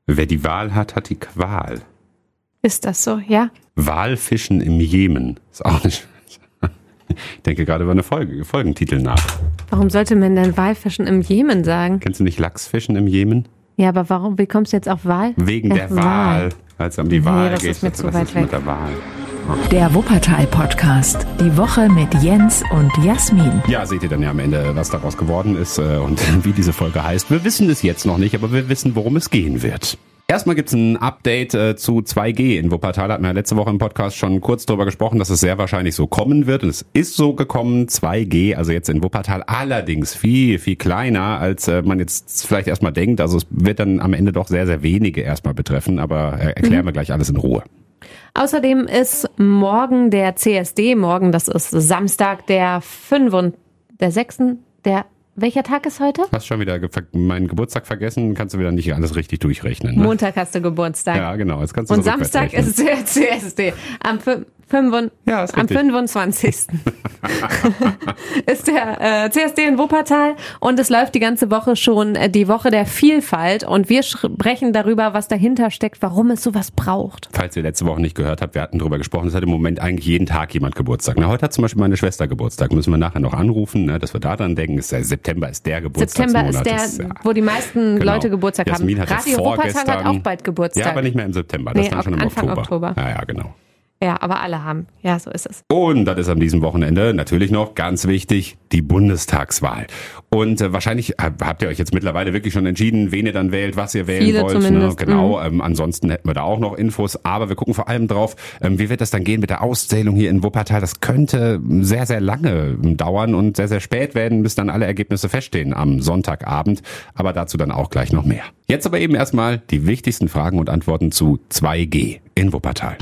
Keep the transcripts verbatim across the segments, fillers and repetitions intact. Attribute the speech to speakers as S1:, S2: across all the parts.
S1: Wer die Wahl hat, hat die Qual.
S2: Ist das so, ja?
S1: Walfischen im Jemen. Ist auch nicht. Ich denke gerade über eine Folge, Folgentitel nach.
S2: Warum sollte man denn Walfischen im Jemen sagen?
S1: Kennst du nicht Lachsfischen im Jemen?
S2: Ja, aber warum? Wie kommst du jetzt auf Wahl?
S1: Wegen
S2: Ach,
S1: der Wahl. Weil es um die
S2: Nee,
S1: Wahl
S2: das
S1: geht.
S2: ist mir
S1: Was-
S2: zu
S1: was
S2: weit
S1: ist
S2: weg.
S1: mit der Wahl?
S3: Der Wuppertal-Podcast. Die Woche mit Jens und Jasmin.
S1: Ja, seht ihr dann ja am Ende, was daraus geworden ist äh, und wie diese Folge heißt. Wir wissen es jetzt noch nicht, aber wir wissen, worum es gehen wird. Erstmal gibt's ein Update äh, zu zwei G in Wuppertal. Hatten wir ja letzte Woche im Podcast schon kurz drüber gesprochen, dass es sehr wahrscheinlich so kommen wird. Und es ist so gekommen, zwei G, also jetzt in Wuppertal, allerdings viel, viel kleiner, als äh, man jetzt vielleicht erstmal denkt. Also es wird dann am Ende doch sehr, sehr wenige erstmal betreffen. Aber äh, erklären wir gleich alles in Ruhe.
S2: Außerdem ist morgen der C S D, morgen, das ist Samstag, der fünften, der sechsten, der, welcher Tag ist heute?
S1: Hast schon wieder ge- meinen Geburtstag vergessen, kannst du wieder nicht alles richtig durchrechnen. Ne?
S2: Montag hast du Geburtstag.
S1: Ja, genau. Jetzt kannst du
S2: Und
S1: so rückwärts
S2: Samstag
S1: rechnen.
S2: ist der C S D. Am, fün- fünften
S1: Ja, ist
S2: am
S1: richtig.
S2: fünfundzwanzigsten ist der äh, C S D in Wuppertal und es läuft die ganze Woche schon äh, die Woche der Vielfalt und wir sprechen darüber, was dahinter steckt, warum es sowas braucht.
S1: Falls ihr letzte Woche nicht gehört habt, wir hatten drüber gesprochen, es hat im Moment eigentlich jeden Tag jemand Geburtstag. Na, heute hat zum Beispiel meine Schwester Geburtstag. Müssen wir nachher noch anrufen, ne, dass wir da dran denken. Ist der September ist der Geburtstagsmonat.
S2: September ist der,
S1: ja.
S2: wo die meisten
S1: Genau.
S2: Leute Geburtstag
S1: Jasmin
S2: haben.
S1: hat es
S2: Radio Wuppertal hat
S1: vorgestern.
S2: auch bald Geburtstag.
S1: Ja, aber nicht mehr im September. Das
S2: Nee,
S1: ist dann schon im
S2: Anfang
S1: Oktober.
S2: Oktober.
S1: Ja, ja, genau.
S2: Ja, aber alle haben. Ja, so ist es.
S1: Und das ist an diesem Wochenende natürlich noch ganz wichtig, die Bundestagswahl. Und äh, wahrscheinlich hab- habt ihr euch jetzt mittlerweile wirklich schon entschieden, wen ihr dann wählt, was ihr wählen
S2: Viele
S1: wollt. Ne?
S2: zumindest,
S1: Genau, ähm, ansonsten hätten wir da auch noch Infos. Aber wir gucken vor allem drauf, ähm, wie wird das dann gehen mit der Auszählung hier in Wuppertal. Das könnte sehr, sehr lange ähm, dauern und sehr, sehr spät werden, bis dann alle Ergebnisse feststehen am Sonntagabend. Aber dazu dann auch gleich noch mehr. Jetzt aber eben erstmal die wichtigsten Fragen und Antworten zu zwei G in Wuppertal.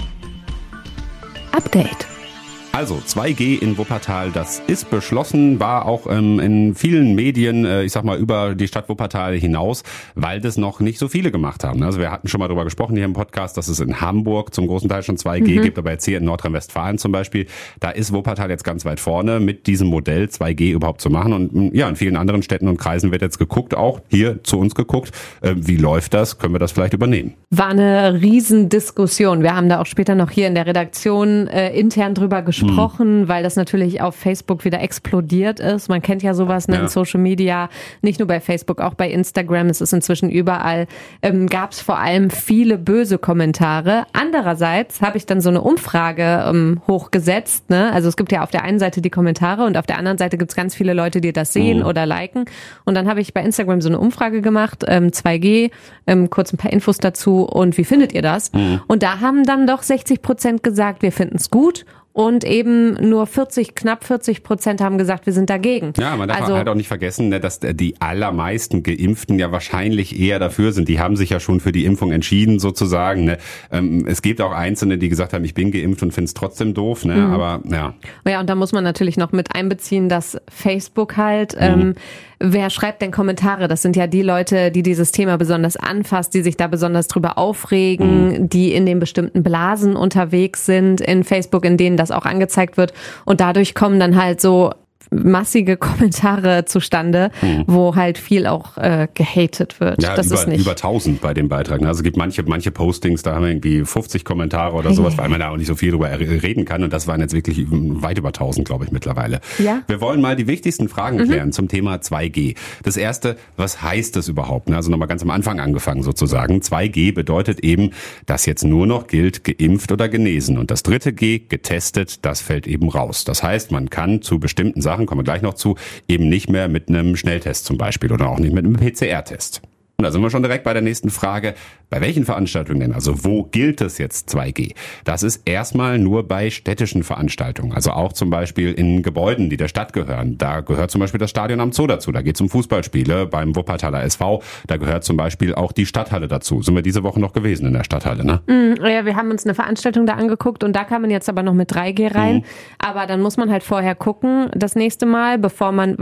S3: Update.
S1: Also zwei G in Wuppertal, das ist beschlossen, war auch ähm, in vielen Medien, äh, ich sag mal, über die Stadt Wuppertal hinaus, weil das noch nicht so viele gemacht haben. Also wir hatten schon mal darüber gesprochen hier im Podcast, dass es in Hamburg zum großen Teil schon zwei G
S2: Mhm.
S1: gibt, aber jetzt hier in Nordrhein-Westfalen zum Beispiel, da ist Wuppertal jetzt ganz weit vorne, mit diesem Modell zwei G überhaupt zu machen. Und mh, ja, in vielen anderen Städten und Kreisen wird jetzt geguckt, auch hier zu uns geguckt, äh, wie läuft das, können wir das vielleicht übernehmen?
S2: War eine Riesendiskussion. Wir haben da auch später noch hier in der Redaktion äh, intern drüber gesprochen, weil das natürlich auf Facebook wieder explodiert ist. Man kennt ja sowas ne,
S1: Ja.
S2: in Social Media, nicht nur bei Facebook, auch bei Instagram. Es ist inzwischen überall. Ähm, gab es vor allem viele böse Kommentare. Andererseits habe ich dann so eine Umfrage ähm, hochgesetzt. Ne? Also es gibt ja auf der einen Seite die Kommentare und auf der anderen Seite gibt es ganz viele Leute, die das sehen
S1: Mhm.
S2: oder liken. Und dann habe ich bei Instagram so eine Umfrage gemacht, ähm, zwei G, ähm, kurz ein paar Infos dazu und wie findet ihr das?
S1: Mhm.
S2: Und da haben dann doch sechzig Prozent gesagt, wir finden es gut. Und eben nur vierzig, knapp vierzig Prozent haben gesagt, wir sind dagegen.
S1: Ja, man darf
S2: also,
S1: halt auch nicht vergessen, ne, dass die allermeisten Geimpften ja wahrscheinlich eher dafür sind. Die haben sich ja schon für die Impfung entschieden sozusagen. Ne. Ähm, es gibt auch Einzelne, die gesagt haben, ich bin geimpft und finde es trotzdem doof. Ne.
S2: Mhm.
S1: Aber ja.
S2: Ja, und da muss man natürlich noch mit einbeziehen, dass Facebook halt, ähm, wer schreibt denn Kommentare? Das sind ja die Leute, die dieses Thema besonders anfasst, die sich da besonders drüber aufregen,
S1: Mhm.
S2: die in den bestimmten Blasen unterwegs sind in Facebook, in denen das auch angezeigt wird. Und dadurch kommen dann halt so massige Kommentare zustande,
S1: Mhm.
S2: wo halt viel auch äh, gehatet wird.
S1: Ja,
S2: das
S1: über,
S2: ist nicht.
S1: über tausend bei dem Beitrag. ne. Also es gibt manche, manche Postings, da haben wir irgendwie fünfzig Kommentare oder sowas, weil man da auch nicht so viel drüber reden kann. Und das waren jetzt wirklich weit über tausend, glaube ich, mittlerweile.
S2: Ja.
S1: Wir wollen mal die wichtigsten Fragen klären zum Thema zwei G. Das erste, was heißt das überhaupt? ne? Also nochmal ganz am Anfang angefangen sozusagen. zwei G bedeutet eben, dass jetzt nur noch gilt, geimpft oder genesen. Und das dritte G, getestet, das fällt eben raus. Das heißt, man kann zu bestimmten Sachen, kommen wir gleich noch zu, eben nicht mehr mit einem Schnelltest zum Beispiel oder auch nicht mit einem P C R-Test. Und da sind wir schon direkt bei der nächsten Frage. Bei welchen Veranstaltungen denn? Also wo gilt es jetzt zwei G? Das ist erstmal nur bei städtischen Veranstaltungen. Also auch zum Beispiel in Gebäuden, die der Stadt gehören. Da gehört zum Beispiel das Stadion am Zoo dazu. Da geht es um Fußballspiele beim Wuppertaler S V. Da gehört zum Beispiel auch die Stadthalle dazu. Sind wir diese Woche noch gewesen in der Stadthalle, ne?
S2: Mm, Ja, wir haben uns eine Veranstaltung da angeguckt und da kann man jetzt aber noch mit drei G rein.
S1: Mhm.
S2: Aber dann muss man halt vorher gucken, das nächste Mal, bevor man, weil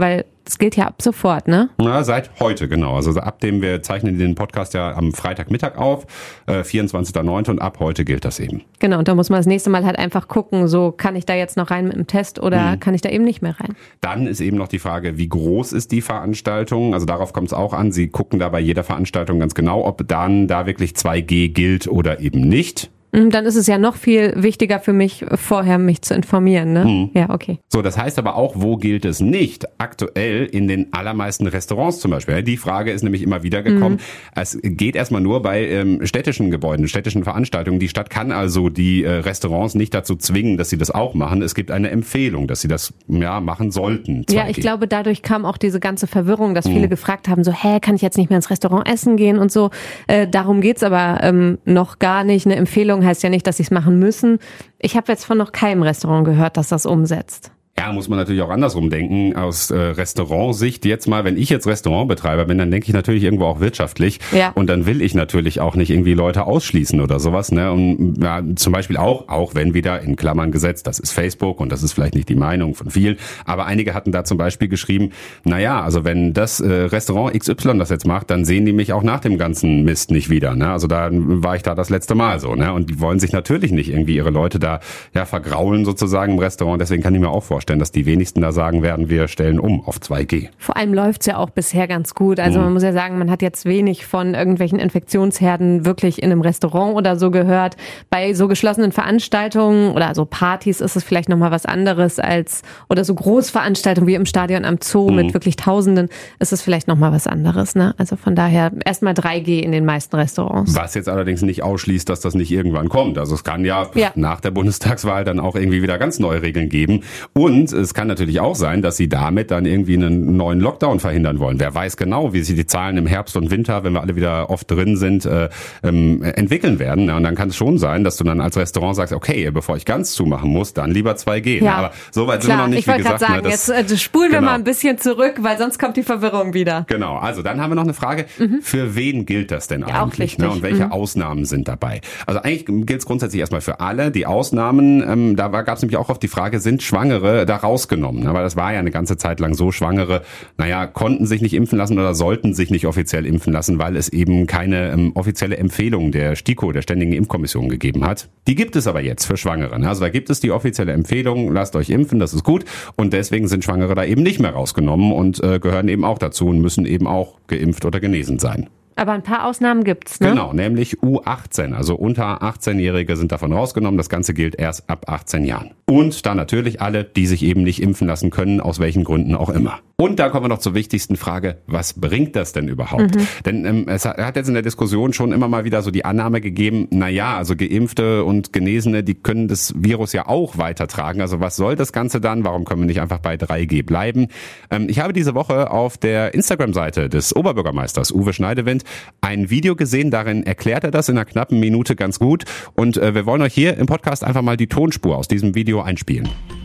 S2: Das gilt ja ab sofort, ne?
S1: Na, seit heute, genau. Also ab dem, wir zeichnen den Podcast ja am Freitagmittag auf, äh, vierundzwanzigster neunter und ab heute gilt das eben.
S2: Genau, und da muss man das nächste Mal halt einfach gucken, so kann ich da jetzt noch rein mit dem Test oder mhm. kann ich da eben nicht mehr rein.
S1: Dann ist eben noch die Frage, wie groß ist die Veranstaltung? Also darauf kommt es auch an. Sie gucken da bei jeder Veranstaltung ganz genau, ob dann da wirklich zwei G gilt oder eben nicht.
S2: Dann ist es ja noch viel wichtiger für mich, vorher mich zu informieren, ne?
S1: Mhm.
S2: Ja, okay.
S1: So, das heißt aber auch, wo gilt es nicht? Aktuell in den allermeisten Restaurants zum Beispiel. Die Frage ist nämlich immer wieder gekommen. Mhm. Es geht erstmal nur bei ähm, städtischen Gebäuden, städtischen Veranstaltungen. Die Stadt kann also die äh, Restaurants nicht dazu zwingen, dass sie das auch machen. Es gibt eine Empfehlung, dass sie das ja machen sollten. zwei G.
S2: Ja, ich glaube, dadurch kam auch diese ganze Verwirrung, dass viele mhm. gefragt haben, so, hä, kann ich jetzt nicht mehr ins Restaurant essen gehen und so. Äh, darum geht's aber ähm, noch gar nicht. Eine Empfehlung heißt ja nicht, dass sie es machen müssen. Ich habe jetzt von noch keinem Restaurant gehört, das das umsetzt.
S1: Ja, muss man natürlich auch andersrum denken. Aus äh, Restaurantsicht jetzt mal, wenn ich jetzt Restaurantbetreiber bin, dann denke ich natürlich irgendwo auch wirtschaftlich. Ja. Und dann will ich natürlich auch nicht irgendwie Leute ausschließen oder sowas. Ne? Und ja, zum Beispiel auch, auch wenn wieder in Klammern gesetzt, das ist Facebook und das ist vielleicht nicht die Meinung von vielen. Aber einige hatten da zum Beispiel geschrieben, naja, also wenn das äh, Restaurant X Y das jetzt macht, dann sehen die mich auch nach dem ganzen Mist nicht wieder. Ne? Also da war ich da das letzte Mal so. Ne? Und die wollen sich natürlich nicht irgendwie ihre Leute da ja vergraulen sozusagen im Restaurant. Deswegen kann ich mir auch vorstellen, dass die wenigsten da sagen werden, wir stellen um auf zwei G.
S2: Vor allem läuft's ja auch bisher ganz gut. Also mhm. man muss ja sagen, man hat jetzt wenig von irgendwelchen Infektionsherden wirklich in einem Restaurant oder so gehört. Bei so geschlossenen Veranstaltungen oder so Partys ist es vielleicht nochmal was anderes als, oder so Großveranstaltungen wie im Stadion am Zoo mhm. mit wirklich Tausenden, ist es vielleicht nochmal was anderes. Ne? Also von daher erstmal drei G in den meisten Restaurants.
S1: Was jetzt allerdings nicht ausschließt, dass das nicht irgendwann kommt. Also es kann ja, ja. nach der Bundestagswahl dann auch irgendwie wieder ganz neue Regeln geben. Und es kann natürlich auch sein, dass sie damit dann irgendwie einen neuen Lockdown verhindern wollen. Wer weiß genau, wie sich die Zahlen im Herbst und Winter, wenn wir alle wieder oft drin sind, äh, ähm, entwickeln werden. Und dann kann es schon sein, dass du dann als Restaurant sagst, okay, bevor ich ganz zumachen muss, dann lieber zwei G.
S2: Ja,
S1: aber so weit
S2: klar,
S1: sind wir noch nicht,
S2: ich wollte gerade sagen,
S1: ne, das,
S2: jetzt äh, spulen
S1: genau.
S2: wir mal ein bisschen zurück, weil sonst kommt die Verwirrung wieder.
S1: Genau, also dann haben wir noch eine Frage, mhm. für wen gilt das denn
S2: ja,
S1: eigentlich? Ne? Und welche mhm. Ausnahmen sind dabei? Also eigentlich gilt es grundsätzlich erstmal für alle. Die Ausnahmen, ähm, da gab es nämlich auch oft die Frage, sind Schwangere da rausgenommen? Aber das war ja eine ganze Zeit lang so. Schwangere, naja, konnten sich nicht impfen lassen oder sollten sich nicht offiziell impfen lassen, weil es eben keine ähm, offizielle Empfehlung der STIKO, der Ständigen Impfkommission, gegeben hat. Die gibt es aber jetzt für Schwangere. Ne? Also da gibt es die offizielle Empfehlung, lasst euch impfen, das ist gut. Und deswegen sind Schwangere da eben nicht mehr rausgenommen und äh, gehören eben auch dazu und müssen eben auch geimpft oder genesen sein.
S2: Aber ein paar Ausnahmen gibt's, ne?
S1: Genau, nämlich U achtzehn, also unter achtzehnjährige sind davon rausgenommen. Das Ganze gilt erst ab achtzehn Jahren. Und dann natürlich alle, die sich eben nicht impfen lassen können, aus welchen Gründen auch immer. Und da kommen wir noch zur wichtigsten Frage, was bringt das denn überhaupt? Mhm. Denn ähm, es hat jetzt in der Diskussion schon immer mal wieder so die Annahme gegeben, na ja, also Geimpfte und Genesene, die können das Virus ja auch weitertragen. Also was soll das Ganze dann? Warum können wir nicht einfach bei drei G bleiben? Ähm, ich habe diese Woche auf der Instagram-Seite des Oberbürgermeisters Uwe Schneidewind ein Video gesehen, darin erklärt er das in einer knappen Minute ganz gut. Und äh, wir wollen euch hier im Podcast einfach mal die Tonspur aus diesem Video einspielen.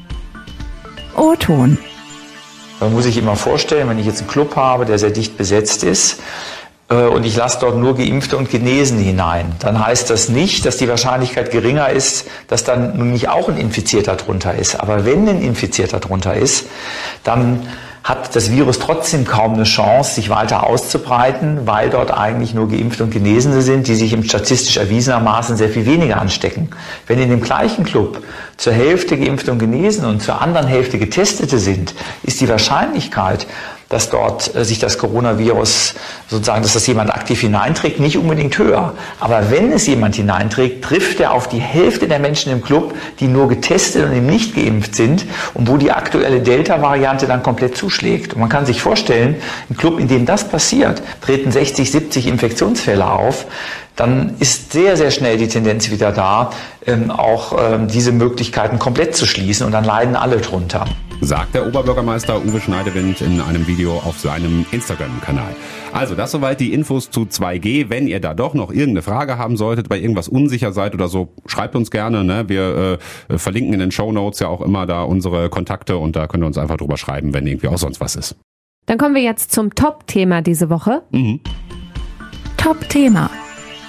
S3: O-Ton.
S4: Man muss sich immer vorstellen, wenn ich jetzt einen Club habe, der sehr dicht besetzt ist, äh, und ich lasse dort nur Geimpfte und Genesene hinein, dann heißt das nicht, dass die Wahrscheinlichkeit geringer ist, dass dann nun nicht auch ein Infizierter drunter ist. Aber wenn ein Infizierter drunter ist, dann hat das Virus trotzdem kaum eine Chance, sich weiter auszubreiten, weil dort eigentlich nur Geimpfte und Genesene sind, die sich im statistisch erwiesenermaßen sehr viel weniger anstecken. Wenn in dem gleichen Club zur Hälfte Geimpfte und Genesene und zur anderen Hälfte Getestete sind, ist die Wahrscheinlichkeit, dass dort äh, sich das Coronavirus sozusagen, dass das jemand aktiv hineinträgt, nicht unbedingt höher. Aber wenn es jemand hineinträgt, trifft er auf die Hälfte der Menschen im Club, die nur getestet und eben nicht geimpft sind und wo die aktuelle Delta-Variante dann komplett zuschlägt. Und man kann sich vorstellen, im Club, in dem das passiert, treten sechzig, siebzig Infektionsfälle auf. Dann ist sehr, sehr schnell die Tendenz wieder da, ähm, auch ähm, diese Möglichkeiten komplett zu schließen und dann leiden alle drunter.
S1: Sagt der Oberbürgermeister Uwe Schneidewind in einem Video auf seinem Instagram-Kanal. Also das soweit die Infos zu zwei G. Wenn ihr da doch noch irgendeine Frage haben solltet, bei irgendwas unsicher seid oder so, schreibt uns gerne. Ne? Wir äh, verlinken in den Shownotes ja auch immer da unsere Kontakte und da könnt ihr uns einfach drüber schreiben, wenn irgendwie auch sonst was ist.
S2: Dann kommen wir jetzt zum Top-Thema diese Woche.
S1: Mhm.
S3: Top-Thema.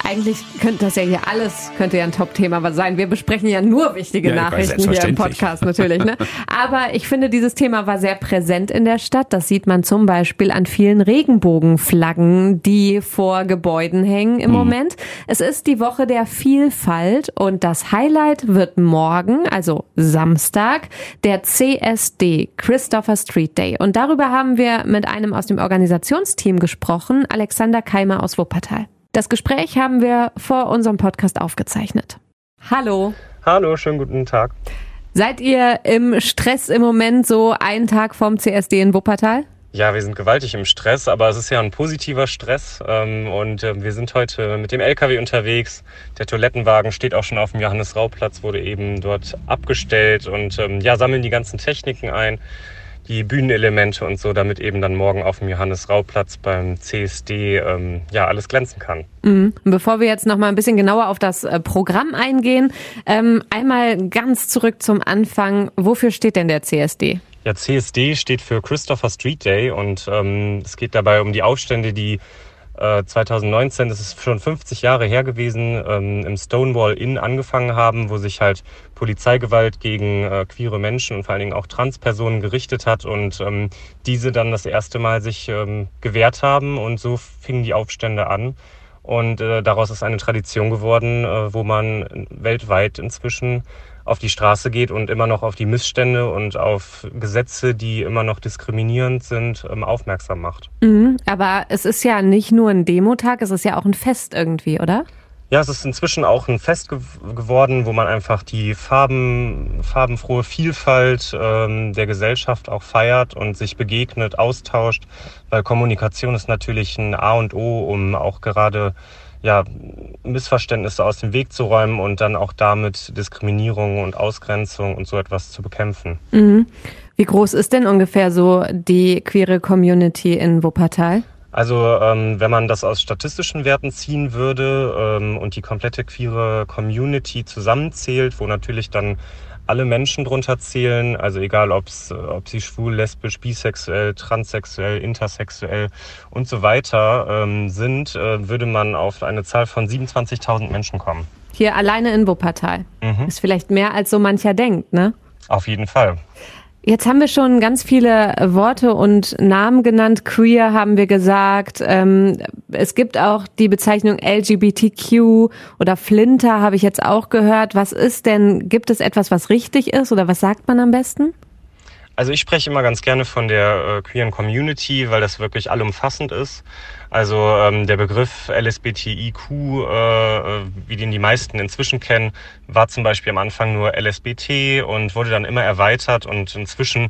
S2: Eigentlich könnte das ja hier alles, könnte ja ein Top-Thema sein. Wir besprechen ja nur wichtige ja, Nachrichten hier im Podcast natürlich. Ne? Aber ich finde, dieses Thema war sehr präsent in der Stadt. Das sieht man zum Beispiel an vielen Regenbogenflaggen, die vor Gebäuden hängen im mhm. Moment. Es ist die Woche der Vielfalt und das Highlight wird morgen, also Samstag, der C S D, Christopher Street Day. Und darüber haben wir mit einem aus dem Organisationsteam gesprochen, Alexander Keimer aus Wuppertal. Das Gespräch haben wir vor unserem Podcast aufgezeichnet. Hallo.
S5: Hallo, schönen guten Tag.
S2: Seid ihr im Stress im Moment so einen Tag vom C S D in Wuppertal?
S5: Ja, wir sind gewaltig im Stress, aber es ist ja ein positiver Stress ähm, und äh, wir sind heute mit dem L K W unterwegs. Der Toilettenwagen steht auch schon auf dem Johannes-Rau-Platz, wurde eben dort abgestellt und ähm, ja, sammeln die ganzen Techniken ein, die Bühnenelemente und so, damit eben dann morgen auf dem Johannes-Rau-Platz beim C S D ähm, ja alles glänzen kann.
S2: Mhm. Bevor wir jetzt noch mal ein bisschen genauer auf das äh, Programm eingehen, ähm, einmal ganz zurück zum Anfang. Wofür steht denn der C S D?
S5: Ja, C S D steht für Christopher Street Day und ähm, es geht dabei um die Aufstände, die äh, zweitausendneunzehn, das ist schon fünfzig Jahre her gewesen, ähm, im Stonewall Inn angefangen haben, wo sich halt Polizeigewalt gegen äh, queere Menschen und vor allen Dingen auch Transpersonen gerichtet hat und ähm, diese dann das erste Mal sich ähm, gewehrt haben und so fingen die Aufstände an. Und äh, daraus ist eine Tradition geworden, äh, wo man weltweit inzwischen auf die Straße geht und immer noch auf die Missstände und auf Gesetze, die immer noch diskriminierend sind, ähm, aufmerksam macht.
S2: Mhm, aber es ist ja nicht nur ein Demotag, es ist ja auch ein Fest irgendwie, oder?
S5: Ja, es ist inzwischen auch ein Fest ge- geworden, wo man einfach die Farben, farbenfrohe Vielfalt ähm, der Gesellschaft auch feiert und sich begegnet, austauscht, weil Kommunikation ist natürlich ein A und O, um auch gerade ja, Missverständnisse aus dem Weg zu räumen und dann auch damit Diskriminierung und Ausgrenzung und so etwas zu bekämpfen.
S2: Mhm. Wie groß ist denn ungefähr so die queere Community in Wuppertal?
S5: Also ähm, wenn man das aus statistischen Werten ziehen würde ähm, und die komplette queere Community zusammenzählt, wo natürlich dann alle Menschen drunter zählen, also egal ob's, ob sie schwul, lesbisch, bisexuell, transsexuell, intersexuell und so weiter ähm, sind, äh, würde man auf eine Zahl von siebenundzwanzigtausend Menschen kommen.
S2: Hier alleine in Wuppertal. Mhm. Ist vielleicht mehr als so mancher denkt, ne?
S5: Auf jeden Fall.
S2: Jetzt haben wir schon ganz viele Worte und Namen genannt. Queer haben wir gesagt. Ähm, es gibt auch die Bezeichnung L G B T Q oder Flinter habe ich jetzt auch gehört. Was ist denn, gibt es etwas, was richtig ist oder was sagt man am besten?
S5: Also ich spreche immer ganz gerne von der äh, queeren Community, weil das wirklich allumfassend ist. Also ähm, der Begriff L S B T I Q, äh, wie den die meisten inzwischen kennen, war zum Beispiel am Anfang nur L S B T und wurde dann immer erweitert und inzwischen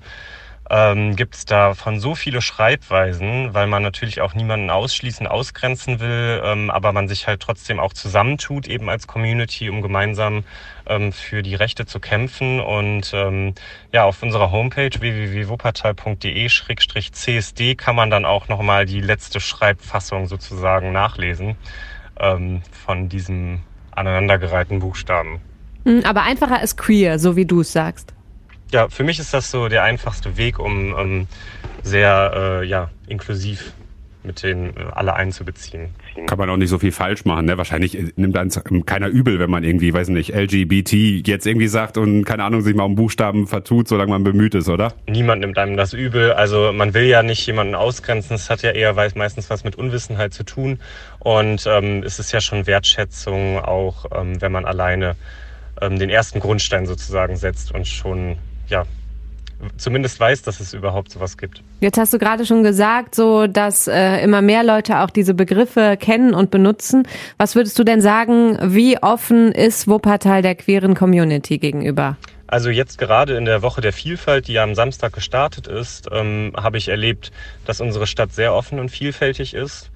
S5: ähm, gibt es davon so viele Schreibweisen, weil man natürlich auch niemanden ausschließen, ausgrenzen will, ähm, aber man sich halt trotzdem auch zusammentut, eben als Community, um gemeinsam ähm, für die Rechte zu kämpfen. Und ähm, ja, auf unserer Homepage w w w punkt wuppertal punkt d e slash c s d kann man dann auch nochmal die letzte Schreibfassung sozusagen nachlesen ähm, von diesem aneinandergereihten Buchstaben.
S2: Aber einfacher ist queer, so wie du es sagst.
S5: Ja, für mich ist das so der einfachste Weg, um ähm, sehr äh, ja, inklusiv mit denen äh, alle einzubeziehen.
S1: Kann man auch nicht so viel falsch machen, ne? Wahrscheinlich nimmt dann keiner übel, wenn man irgendwie, weiß nicht, L G B T jetzt irgendwie sagt und keine Ahnung, sich mal um Buchstaben vertut, solange man bemüht ist, oder?
S5: Niemand nimmt einem das übel. Also man will ja nicht jemanden ausgrenzen. Es hat ja eher meistens was mit Unwissenheit zu tun. Und ähm, es ist ja schon Wertschätzung, auch ähm, wenn man alleine ähm, den ersten Grundstein sozusagen setzt und schon ja, zumindest weiß, dass es überhaupt sowas gibt.
S2: Jetzt hast du gerade schon gesagt, so dass äh, immer mehr Leute auch diese Begriffe kennen und benutzen. Was würdest du denn sagen, wie offen ist Wuppertal der queeren Community gegenüber?
S5: Also jetzt gerade in der Woche der Vielfalt, die ja am Samstag gestartet ist, ähm, habe ich erlebt, dass unsere Stadt sehr offen und vielfältig ist.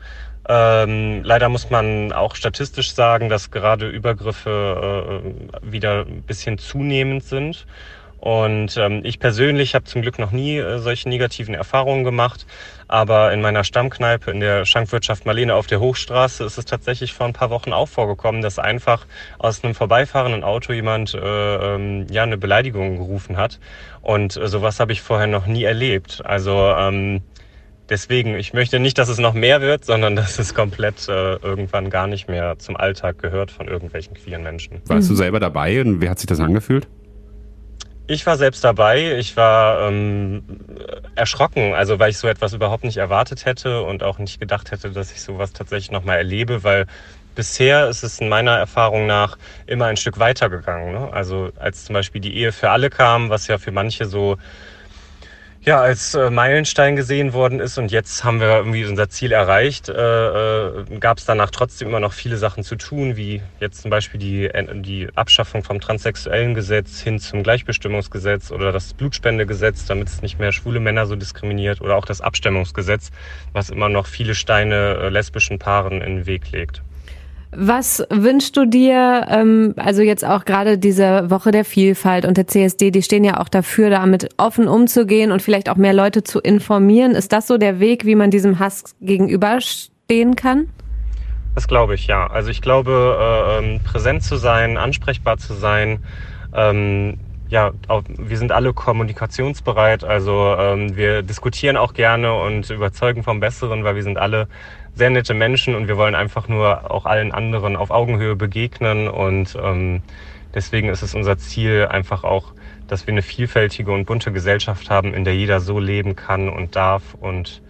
S5: Ähm, leider muss man auch statistisch sagen, dass gerade Übergriffe äh, wieder ein bisschen zunehmend sind. Und ähm, ich persönlich habe zum Glück noch nie äh, solche negativen Erfahrungen gemacht. Aber in meiner Stammkneipe in der Schankwirtschaft Marlene auf der Hochstraße ist es tatsächlich vor ein paar Wochen auch vorgekommen, dass einfach aus einem vorbeifahrenden Auto jemand äh, ähm, ja eine Beleidigung gerufen hat. Und äh, sowas habe ich vorher noch nie erlebt. Also ähm, deswegen, ich möchte nicht, dass es noch mehr wird, sondern dass es komplett äh, irgendwann gar nicht mehr zum Alltag gehört von irgendwelchen queeren Menschen.
S1: Warst mhm. du selber dabei und wie hat sich das angefühlt?
S5: Ich war selbst dabei. Ich war ähm, erschrocken, also weil ich so etwas überhaupt nicht erwartet hätte und auch nicht gedacht hätte, dass ich sowas tatsächlich nochmal erlebe, weil bisher ist es in meiner Erfahrung nach immer ein Stück weiter gegangen. Ne? Also als zum Beispiel die Ehe für alle kam, was ja für manche so ja als äh, Meilenstein gesehen worden ist und jetzt haben wir irgendwie unser Ziel erreicht, äh, äh, gab es danach trotzdem immer noch viele Sachen zu tun, wie jetzt zum Beispiel die, die Abschaffung vom transsexuellen Gesetz hin zum Gleichbestimmungsgesetz oder das Blutspendegesetz, damit es nicht mehr schwule Männer so diskriminiert oder auch das Abstimmungsgesetz, was immer noch viele Steine äh, lesbischen Paaren in den Weg legt.
S2: Was wünschst du dir, ähm, also jetzt auch gerade diese Woche der Vielfalt und der C S D, die stehen ja auch dafür, damit offen umzugehen und vielleicht auch mehr Leute zu informieren. Ist das so der Weg, wie man diesem Hass gegenüberstehen kann?
S5: Das glaube ich, ja. Also ich glaube, äh, präsent zu sein, ansprechbar zu sein, ähm, ja, auch, wir sind alle kommunikationsbereit, also ähm, wir diskutieren auch gerne und überzeugen vom Besseren, weil wir sind alle sehr nette Menschen und wir wollen einfach nur auch allen anderen auf Augenhöhe begegnen und ähm, deswegen ist es unser Ziel einfach auch, dass wir eine vielfältige und bunte Gesellschaft haben, in der jeder so leben kann und darf und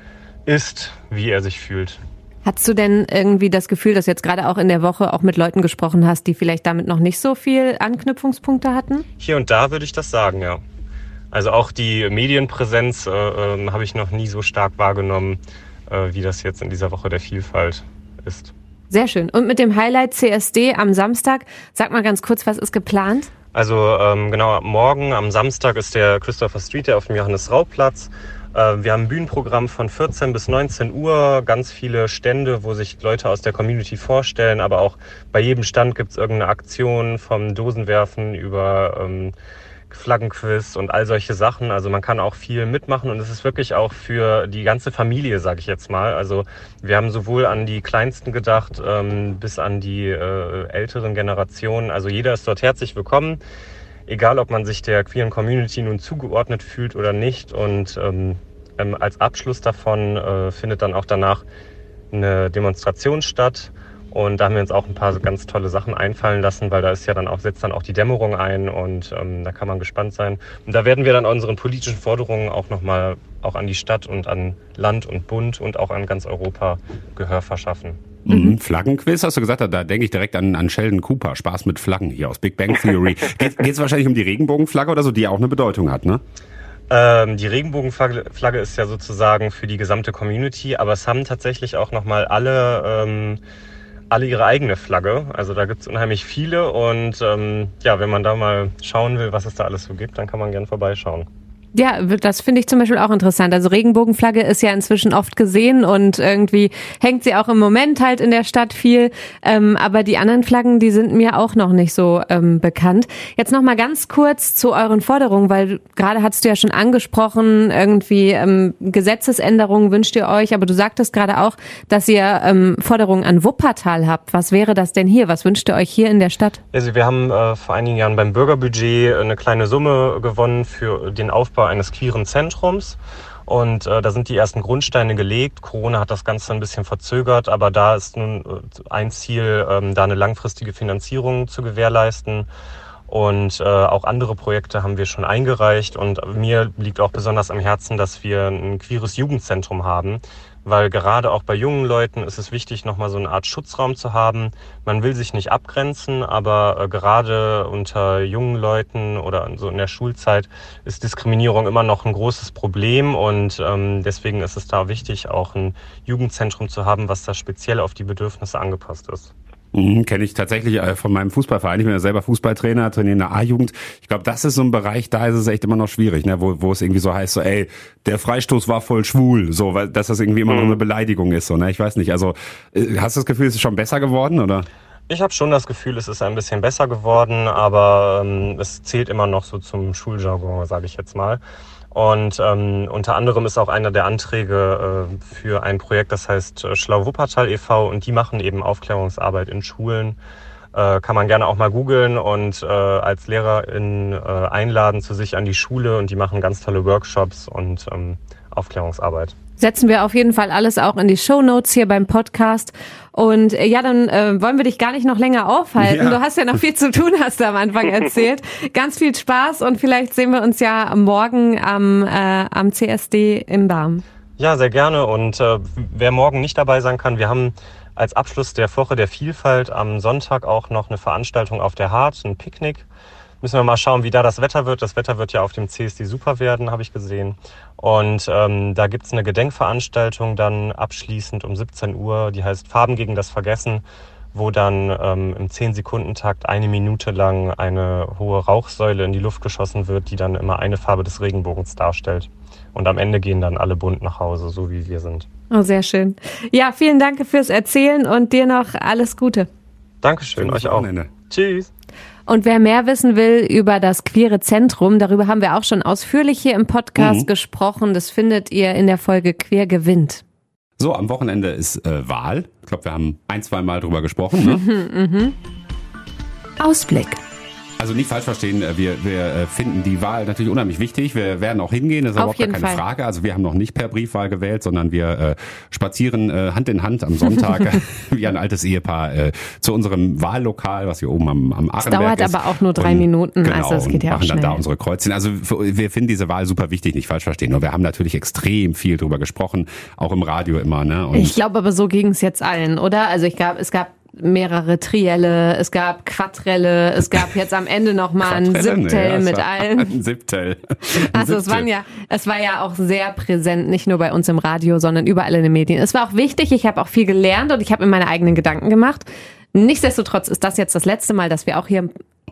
S5: ist, wie er sich fühlt.
S2: Hattest du denn irgendwie das Gefühl, dass du jetzt gerade auch in der Woche auch mit Leuten gesprochen hast, die vielleicht damit noch nicht so viel Anknüpfungspunkte hatten?
S5: Hier und da würde ich das sagen, ja. Also auch die Medienpräsenz äh, äh, habe ich noch nie so stark wahrgenommen, wie das jetzt in dieser Woche der Vielfalt ist.
S2: Sehr schön. Und mit dem Highlight C S D am Samstag, sag mal ganz kurz, was ist geplant?
S5: Also ähm, genau, morgen am Samstag ist der Christopher Street Day auf dem Johannes-Rau-Platz. Äh, wir haben ein Bühnenprogramm von vierzehn bis neunzehn Uhr, ganz viele Stände, wo sich Leute aus der Community vorstellen, aber auch bei jedem Stand gibt es irgendeine Aktion, vom Dosenwerfen über ähm, Flaggenquiz und all solche Sachen. Also man kann auch viel mitmachen und es ist wirklich auch für die ganze Familie, sage ich jetzt mal. Also wir haben sowohl an die Kleinsten gedacht, ähm, bis an die äh, älteren Generationen. Also jeder ist dort herzlich willkommen, egal ob man sich der queeren Community nun zugeordnet fühlt oder nicht. Und ähm, ähm, als Abschluss davon äh, findet dann auch danach eine Demonstration statt. Und da haben wir uns auch ein paar ganz tolle Sachen einfallen lassen, weil da ist ja dann auch, setzt dann auch die Dämmerung ein und ähm, da kann man gespannt sein. Und da werden wir dann unseren politischen Forderungen auch nochmal auch an die Stadt und an Land und Bund und auch an ganz Europa Gehör verschaffen.
S1: Mhm. Flaggenquiz, hast du gesagt, da, da denke ich direkt an, an Sheldon Cooper, Spaß mit Flaggen hier aus Big Bang Theory. Geht es wahrscheinlich um die Regenbogenflagge oder so, die auch eine Bedeutung hat, ne?
S5: Ähm, die Regenbogenflagge Flagge ist ja sozusagen für die gesamte Community, aber es haben tatsächlich auch nochmal alle... Ähm, alle ihre eigene Flagge. Also da gibt es unheimlich viele und ähm, ja, wenn man da mal schauen will, was es da alles so gibt, dann kann man gerne vorbeischauen.
S2: Ja, das finde ich zum Beispiel auch interessant. Also Regenbogenflagge ist ja inzwischen oft gesehen und irgendwie hängt sie auch im Moment halt in der Stadt viel. Ähm, aber die anderen Flaggen, die sind mir auch noch nicht so ähm, bekannt. Jetzt noch mal ganz kurz zu euren Forderungen, weil gerade hattest du ja schon angesprochen, irgendwie ähm, Gesetzesänderungen wünscht ihr euch, aber du sagtest gerade auch, dass ihr ähm, Forderungen an Wuppertal habt. Was wäre das denn hier? Was wünscht ihr euch hier in der Stadt?
S5: Also wir haben äh, vor einigen Jahren beim Bürgerbudget eine kleine Summe gewonnen für den Aufbau eines queeren Zentrums und äh, da sind die ersten Grundsteine gelegt. Corona hat das Ganze ein bisschen verzögert, aber da ist nun äh, ein Ziel, ähm, da eine langfristige Finanzierung zu gewährleisten und äh, auch andere Projekte haben wir schon eingereicht und mir liegt auch besonders am Herzen, dass wir ein queeres Jugendzentrum haben, weil gerade auch bei jungen Leuten ist es wichtig, nochmal so eine Art Schutzraum zu haben. Man will sich nicht abgrenzen, aber äh, gerade unter jungen Leuten oder so in der Schulzeit ist Diskriminierung immer noch ein großes Problem und ähm, deswegen ist es da wichtig, auch ein Jugendzentrum zu haben, was da speziell auf die Bedürfnisse angepasst ist.
S1: Mhm, kenne ich tatsächlich von meinem Fußballverein. Ich bin ja selber Fußballtrainer, trainiere in der A-Jugend. Ich glaube, das ist so ein Bereich, da ist es echt immer noch schwierig, ne? wo, wo es irgendwie so heißt, so, ey, der Freistoß war voll schwul, so, weil dass das irgendwie immer noch eine Beleidigung ist, so, ne? Ich weiß nicht. Also, hast du das Gefühl, es ist schon besser geworden, oder?
S5: Ich habe schon das Gefühl, es ist ein bisschen besser geworden, aber ähm, es zählt immer noch so zum Schuljargon, sage ich jetzt mal. Und ähm, unter anderem ist auch einer der Anträge äh, für ein Projekt, das heißt äh, Schlau Wuppertal e V und die machen eben Aufklärungsarbeit in Schulen. Äh, kann man gerne auch mal googeln und äh, als Lehrerin äh, einladen zu sich an die Schule und die machen ganz tolle Workshops und ähm, Aufklärungsarbeit.
S2: Setzen wir auf jeden Fall alles auch in die Shownotes hier beim Podcast. Und äh, ja, dann äh, wollen wir dich gar nicht noch länger aufhalten. Ja. Du hast ja noch viel zu tun, hast du am Anfang erzählt. Ganz viel Spaß und vielleicht sehen wir uns ja morgen am, äh, am C S D im Barm.
S5: Ja, sehr gerne. Und äh, wer morgen nicht dabei sein kann, wir haben als Abschluss der Woche der Vielfalt am Sonntag auch noch eine Veranstaltung auf der Hart, ein Picknick. Müssen wir mal schauen, wie da das Wetter wird. Das Wetter wird ja auf dem C S D super werden, habe ich gesehen. Und ähm, da gibt's eine Gedenkveranstaltung dann abschließend um siebzehn Uhr, die heißt Farben gegen das Vergessen, wo dann ähm, im zehn-Sekunden-Takt eine Minute lang eine hohe Rauchsäule in die Luft geschossen wird, die dann immer eine Farbe des Regenbogens darstellt. Und am Ende gehen dann alle bunt nach Hause, so wie wir sind.
S2: Oh, sehr schön. Ja, vielen Dank fürs Erzählen und dir noch alles Gute.
S5: Dankeschön, euch auch. Tschüss.
S2: Und wer mehr wissen will über das Queere Zentrum, darüber haben wir auch schon ausführlich hier im Podcast mhm. gesprochen. Das findet ihr in der Folge Queer gewinnt.
S1: So, am Wochenende ist äh, Wahl. Ich glaube, wir haben ein, zwei Mal drüber gesprochen. Ne?
S2: mhm.
S3: Ausblick.
S1: Also nicht falsch verstehen, wir, wir finden die Wahl natürlich unheimlich wichtig. Wir werden auch hingehen, das ist überhaupt gar keine Fall. Frage. Also wir haben noch nicht per Briefwahl gewählt, sondern wir äh, spazieren äh, Hand in Hand am Sonntag wie ein altes Ehepaar äh, zu unserem Wahllokal, was hier oben am, am Arenberg ist.
S2: Es dauert aber auch nur drei und, Minuten,
S1: genau,
S2: also es geht ja auch schnell.
S1: Und machen dann da unsere Kreuzchen. Also wir finden diese Wahl super wichtig, nicht falsch verstehen. Und wir haben natürlich extrem viel drüber gesprochen, auch im Radio immer. Ne? Und
S2: ich glaube aber, so ging es jetzt allen, oder? Also ich glaube, es gab mehrere Trielle, es gab Quadrelle, es gab jetzt am Ende noch mal ein Siebtel ja, mit allen.
S1: Ein Siebtel.
S2: Ein also Siebtel. es waren ja, es war ja auch sehr präsent, nicht nur bei uns im Radio, sondern überall in den Medien. Es war auch wichtig, ich habe auch viel gelernt und ich habe mir meine eigenen Gedanken gemacht. Nichtsdestotrotz ist das jetzt das letzte Mal, dass wir auch hier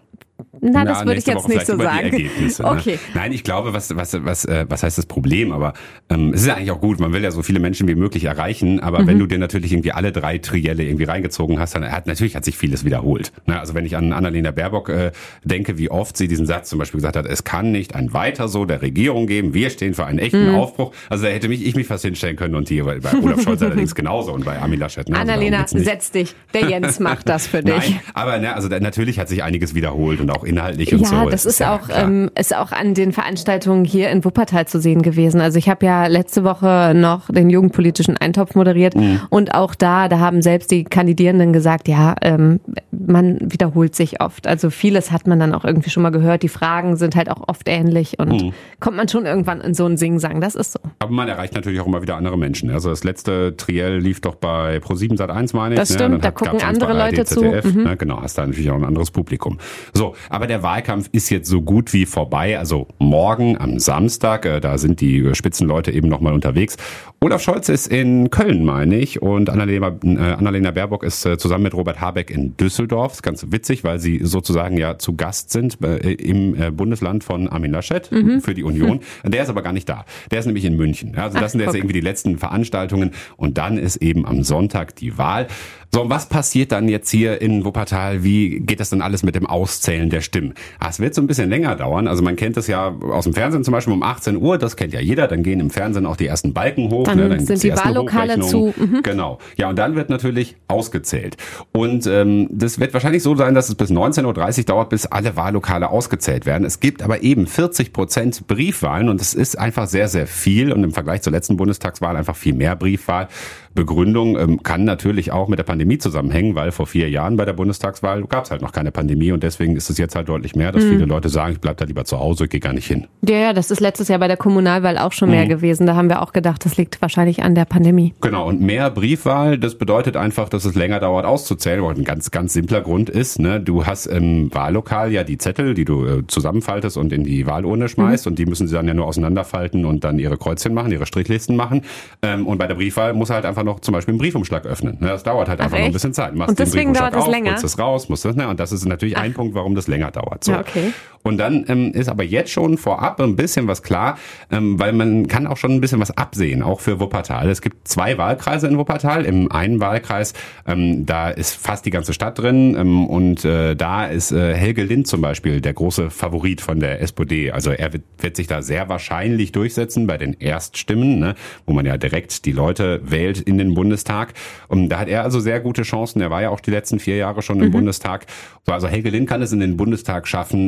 S2: Na, das ja, würde ich jetzt nicht so sagen.
S1: Okay. Ne? Nein, ich glaube, was was was was heißt das Problem? Aber ähm, es ist ja eigentlich auch gut. Man will ja so viele Menschen wie möglich erreichen. Aber mhm. wenn du dir natürlich irgendwie alle drei Trielle irgendwie reingezogen hast, dann hat natürlich hat sich vieles wiederholt. Ne? Also wenn ich an Annalena Baerbock äh, denke, wie oft sie diesen Satz zum Beispiel gesagt hat: Es kann nicht ein Weiter so der Regierung geben. Wir stehen für einen echten mhm. Aufbruch. Also da hätte mich ich mich fast hinstellen können und hier bei, bei Olaf Scholz allerdings genauso und bei Armin Laschet. Ne?
S2: Annalena, also setz dich. Der Jens macht das für dich.
S1: Nein, aber ne, also da, natürlich hat sich einiges wiederholt und auch inhaltlich und
S2: ja,
S1: so.
S2: Ja, das ist, ist ja auch ähm, ist auch an den Veranstaltungen hier in Wuppertal zu sehen gewesen. Also ich habe ja letzte Woche noch den jugendpolitischen Eintopf moderiert mhm. und auch da, da haben selbst die Kandidierenden gesagt, ja, ähm, man wiederholt sich oft. Also vieles hat man dann auch irgendwie schon mal gehört. Die Fragen sind halt auch oft ähnlich und mhm. kommt man schon irgendwann in so einen Singsang. Das ist so.
S1: Aber man erreicht natürlich auch immer wieder andere Menschen. Also das letzte Triell lief doch bei ProSieben Sat eins, meine ich.
S2: Das stimmt, ne? da gucken andere Leute zu.
S1: Mhm. Ne? Genau, hast da natürlich auch ein anderes Publikum. So, aber der Wahlkampf ist jetzt so gut wie vorbei. Also morgen am Samstag, äh, da sind die Spitzenleute eben nochmal unterwegs. Olaf Scholz ist in Köln, meine ich, und Annalena, äh, Annalena Baerbock ist äh, zusammen mit Robert Habeck in Düsseldorf. Das ist ganz witzig, weil sie sozusagen ja zu Gast sind äh, im äh, Bundesland von Armin Laschet mhm. für die Union. Der ist aber gar nicht da. Der ist nämlich in München. Also das Ach, sind jetzt okay. irgendwie die letzten Veranstaltungen und dann ist eben am Sonntag die Wahl. So, und was passiert dann jetzt hier in Wuppertal? Wie geht das dann alles mit dem Auszählen der Stimmen? Ah, es wird so ein bisschen länger dauern. Also man kennt das ja aus dem Fernsehen zum Beispiel um achtzehn Uhr, das kennt ja jeder. Dann gehen im Fernsehen auch die ersten Balken hoch.
S2: Dann,
S1: ne? dann
S2: sind die, die Wahllokale zu.
S1: Mhm. Genau. Ja, und dann wird natürlich ausgezählt. Und ähm, das wird wahrscheinlich so sein, dass es bis neunzehn Uhr dreißig dauert, bis alle Wahllokale ausgezählt werden. Es gibt aber eben vierzig Prozent Briefwahlen und es ist einfach sehr, sehr viel und im Vergleich zur letzten Bundestagswahl einfach viel mehr Briefwahl. Begründung ähm, kann natürlich auch mit der Pandemie zusammenhängen, weil vor vier Jahren bei der Bundestagswahl gab es halt noch keine Pandemie und deswegen ist es jetzt halt deutlich mehr, dass mhm. viele Leute sagen, ich bleib da lieber zu Hause, ich gehe gar nicht hin.
S2: Ja, ja, das ist letztes Jahr bei der Kommunalwahl auch schon mhm. mehr gewesen. Da haben wir auch gedacht, das liegt wahrscheinlich an der Pandemie.
S1: Genau, und mehr Briefwahl, das bedeutet einfach, dass es länger dauert auszuzählen, weil ein ganz, ganz simpler Grund ist, ne, du hast im Wahllokal ja die Zettel, die du äh, zusammenfaltest und in die Wahlurne schmeißt mhm. und die müssen sie dann ja nur auseinanderfalten und dann ihre Kreuzchen machen, ihre Strichlisten machen ähm, und bei der Briefwahl muss er halt einfach noch zum Beispiel einen Briefumschlag öffnen. Ne, das dauert halt
S2: Ach,
S1: einfach
S2: echt?
S1: noch ein bisschen Zeit. Machst
S2: und deswegen
S1: den
S2: dauert das
S1: auf,
S2: länger?
S1: holst es raus, musst das, ne, und das ist natürlich Ach. ein Punkt, warum das länger dauert. So.
S2: Ja, okay.
S1: Und dann ähm, ist aber jetzt schon vorab ein bisschen was klar, ähm, weil man kann auch schon ein bisschen was absehen, auch für Wuppertal. Es gibt zwei Wahlkreise in Wuppertal. Im einen Wahlkreis, ähm, da ist fast die ganze Stadt drin ähm, und äh, da ist äh, Helge Lind zum Beispiel der große Favorit von der S P D. Also er wird, wird sich da sehr wahrscheinlich durchsetzen bei den Erststimmen, ne, wo man ja direkt die Leute wählt in den Bundestag. Und da hat er also sehr gute Chancen. Er war ja auch die letzten vier Jahre schon im mhm. Bundestag. Also Helge Lind kann es in den Bundestag schaffen, weil er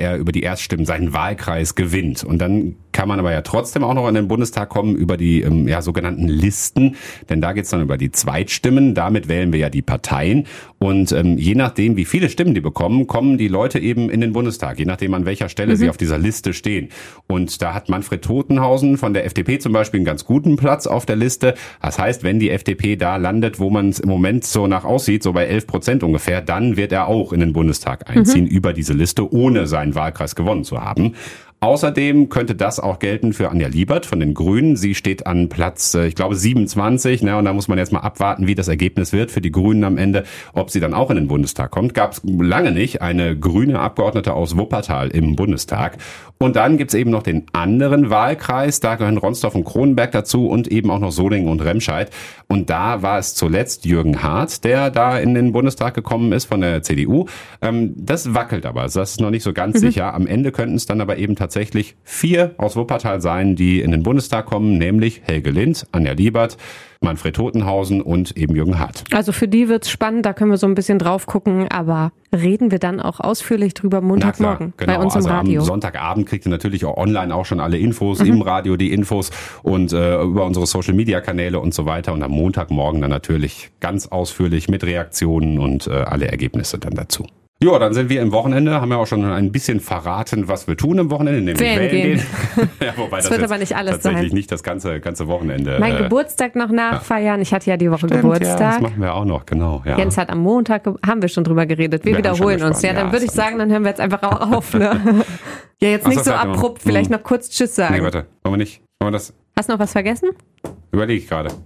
S1: er über die Erststimmen seinen Wahlkreis gewinnt. Und dann kann man aber ja trotzdem auch noch in den Bundestag kommen über die ähm, ja, sogenannten Listen, denn da geht's dann über die Zweitstimmen. Damit wählen wir ja die Parteien und ähm, je nachdem, wie viele Stimmen die bekommen, kommen die Leute eben in den Bundestag, je nachdem, an welcher Stelle mhm. sie auf dieser Liste stehen. Und da hat Manfred Totenhausen von der F D P zum Beispiel einen ganz guten Platz auf der Liste. Das heißt, wenn die F D P da landet, wo man es im Moment so nach aussieht, so bei elf Prozent ungefähr, dann wird er auch in den Bundestag einziehen mhm. über diese Liste, ohne seinen Wahlkreis gewonnen zu haben. Außerdem könnte das auch gelten für Anja Liebert von den Grünen. Sie steht an Platz, ich glaube, siebenundzwanzig. Ne, und da muss man jetzt mal abwarten, wie das Ergebnis wird für die Grünen am Ende, ob sie dann auch in den Bundestag kommt. Gab es lange nicht eine grüne Abgeordnete aus Wuppertal im Bundestag. Und dann gibt's eben noch den anderen Wahlkreis. Da gehören Ronsdorf und Kronenberg dazu und eben auch noch Solingen und Remscheid. Und da war es zuletzt Jürgen Hart, der da in den Bundestag gekommen ist von der C D U. Ähm, das wackelt aber. Das ist noch nicht so ganz mhm. sicher. Am Ende könnten es dann aber eben tatsächlich vier aus Wuppertal sein, die in den Bundestag kommen, nämlich Helge Lind, Anja Liebert, Manfred Totenhausen und eben Jürgen Hart.
S2: Also für die wird's spannend, da können wir so ein bisschen drauf gucken, aber reden wir dann auch ausführlich drüber Montagmorgen
S1: klar, genau.
S2: bei uns im
S1: also
S2: Radio.
S1: Am Sonntagabend kriegt ihr natürlich auch online auch schon alle Infos, mhm. im Radio die Infos und äh, über unsere Social-Media-Kanäle und so weiter und am Montagmorgen dann natürlich ganz ausführlich mit Reaktionen und äh, alle Ergebnisse dann dazu. Ja, dann sind wir im Wochenende, haben ja auch schon ein bisschen verraten, was wir tun im Wochenende, nämlich wählen, wählen gehen. gehen. ja, wobei das, das wird aber nicht alles tatsächlich sein. Nicht das ganze ganze Wochenende.
S2: Mein äh, Geburtstag noch nachfeiern. Ja. Ich hatte ja die Woche Stimmt, Geburtstag.
S1: Ja, das machen wir auch noch, genau. Ja.
S2: Jens hat am Montag, haben wir schon drüber geredet. Wir, wir wiederholen uns. Ja, dann ja, würde ich sagen, dann hören wir jetzt einfach auch auf. Ne? ja, jetzt Ach, nicht so abrupt. Vielleicht hm. noch kurz Tschüss sagen.
S1: Nee, warte. Wollen wir nicht? Wollen wir das?
S2: Hast du noch was vergessen?
S1: Überlege ich gerade.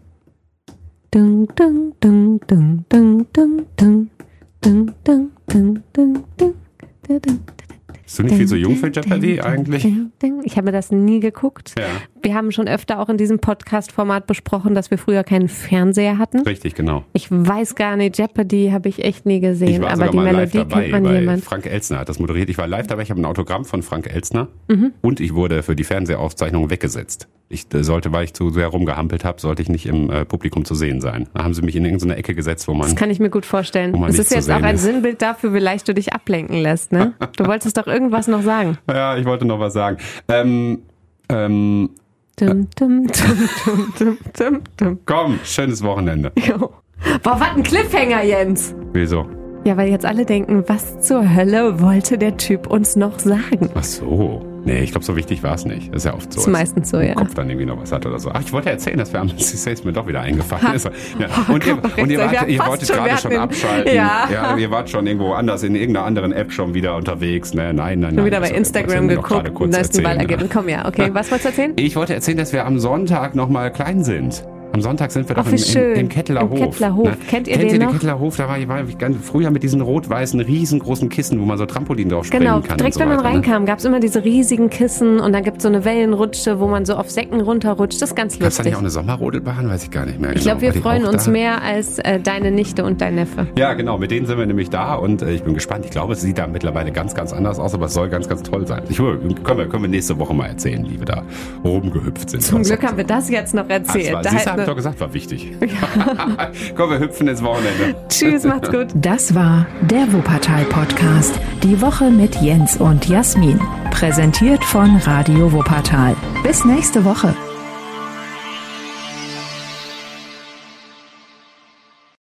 S2: Dun, dun, dun, dun, dun, dun, dun. Dun, dun, dun, dun, dun, dun, dun.
S1: Bist du nicht viel so jung für Jeopardy eigentlich?
S2: Ich habe das nie geguckt.
S1: Ja.
S2: Wir haben schon öfter auch in diesem Podcast-Format besprochen, dass wir früher keinen Fernseher hatten.
S1: Richtig, genau.
S2: Ich weiß gar nicht, Jeopardy habe ich echt nie gesehen.
S1: Ich war
S2: aber die
S1: mal
S2: Melodie
S1: live dabei,
S2: kennt man
S1: weil
S2: jemand.
S1: Frank Elstner hat das moderiert. Ich war live dabei, ich habe ein Autogramm von Frank Elstner mhm. und ich wurde für die Fernsehaufzeichnung weggesetzt. Ich sollte, weil ich zu sehr rumgehampelt habe, sollte ich nicht im äh, Publikum zu sehen sein. Da haben sie mich in irgendeine Ecke gesetzt, wo man...
S2: Das kann ich mir gut vorstellen. Das ist jetzt auch ein ist. Sinnbild dafür, wie leicht du dich ablenken lässt. Ne? Du wolltest doch irgendwas noch sagen.
S1: Ja, ich wollte noch was sagen. Ähm, ähm...
S2: Dum, dum, dum, dum, dum, dum, dum.
S1: Komm, schönes Wochenende.
S2: Jo. Boah, was ein Cliffhanger, Jens.
S1: Wieso?
S2: Ja, weil jetzt alle denken, was zur Hölle wollte der Typ uns noch sagen?
S1: Ach so. Nee, ich glaube, so wichtig war es nicht. Das ist ja oft so.
S2: Das ist meistens so, ja.
S1: Kopf dann irgendwie noch was hat oder so. Ach, ich wollte erzählen, dass wir am ist mir doch wieder eingefallen. Ist. Ja. Und, ihr, und ihr, wart, ihr wolltet schon, gerade schon abschalten. Ja. ja, ihr wart schon irgendwo anders, in irgendeiner anderen App schon wieder unterwegs. Ne? Nein, nein, nein.
S2: Wieder bei Instagram geguckt und da ist ein Ballergebnis. Komm, ja, okay. Was wolltest du erzählen?
S1: Ich wollte erzählen, dass wir am Sonntag nochmal klein sind. Am Sonntag sind wir doch im, im, im Kettler Hof.
S2: Im Kettler Hof.
S1: Ne?
S2: Kennt ihr
S1: Kennt
S2: den
S1: ihr
S2: noch?
S1: den Kettler Hof? Da war ich, war ich ganz früher mit diesen rot-weißen, riesengroßen Kissen, wo man so Trampolin drauf springen
S2: genau,
S1: kann. Genau,
S2: direkt
S1: so
S2: wenn man
S1: weiter,
S2: reinkam, ne? Gab es immer diese riesigen Kissen und dann gibt es so eine Wellenrutsche, wo man so auf Säcken runterrutscht. Das ist ganz lustig.
S1: Hast du nicht auch eine Sommerrodelbahn? Weiß ich gar nicht mehr.
S2: Ich
S1: genau.
S2: glaube, wir freuen uns da? mehr als äh, deine Nichte und dein Neffe.
S1: Ja, genau. Mit denen sind wir nämlich da und äh, ich bin gespannt. Ich glaube, es sieht da mittlerweile ganz, ganz anders aus, aber es soll ganz, ganz toll sein. Ich, können, wir, können wir nächste Woche mal erzählen, wie wir da rumgehüpft sind.
S2: Zum Glück haben wir das jetzt noch erzählt.
S1: Ach, siehst du, hab ich doch gesagt, war wichtig. Ja. Komm, wir hüpfen ins Wochenende.
S2: Tschüss, macht's gut.
S3: Das war der Wuppertal-Podcast. Die Woche mit Jens und Jasmin. Präsentiert von Radio Wuppertal. Bis nächste Woche.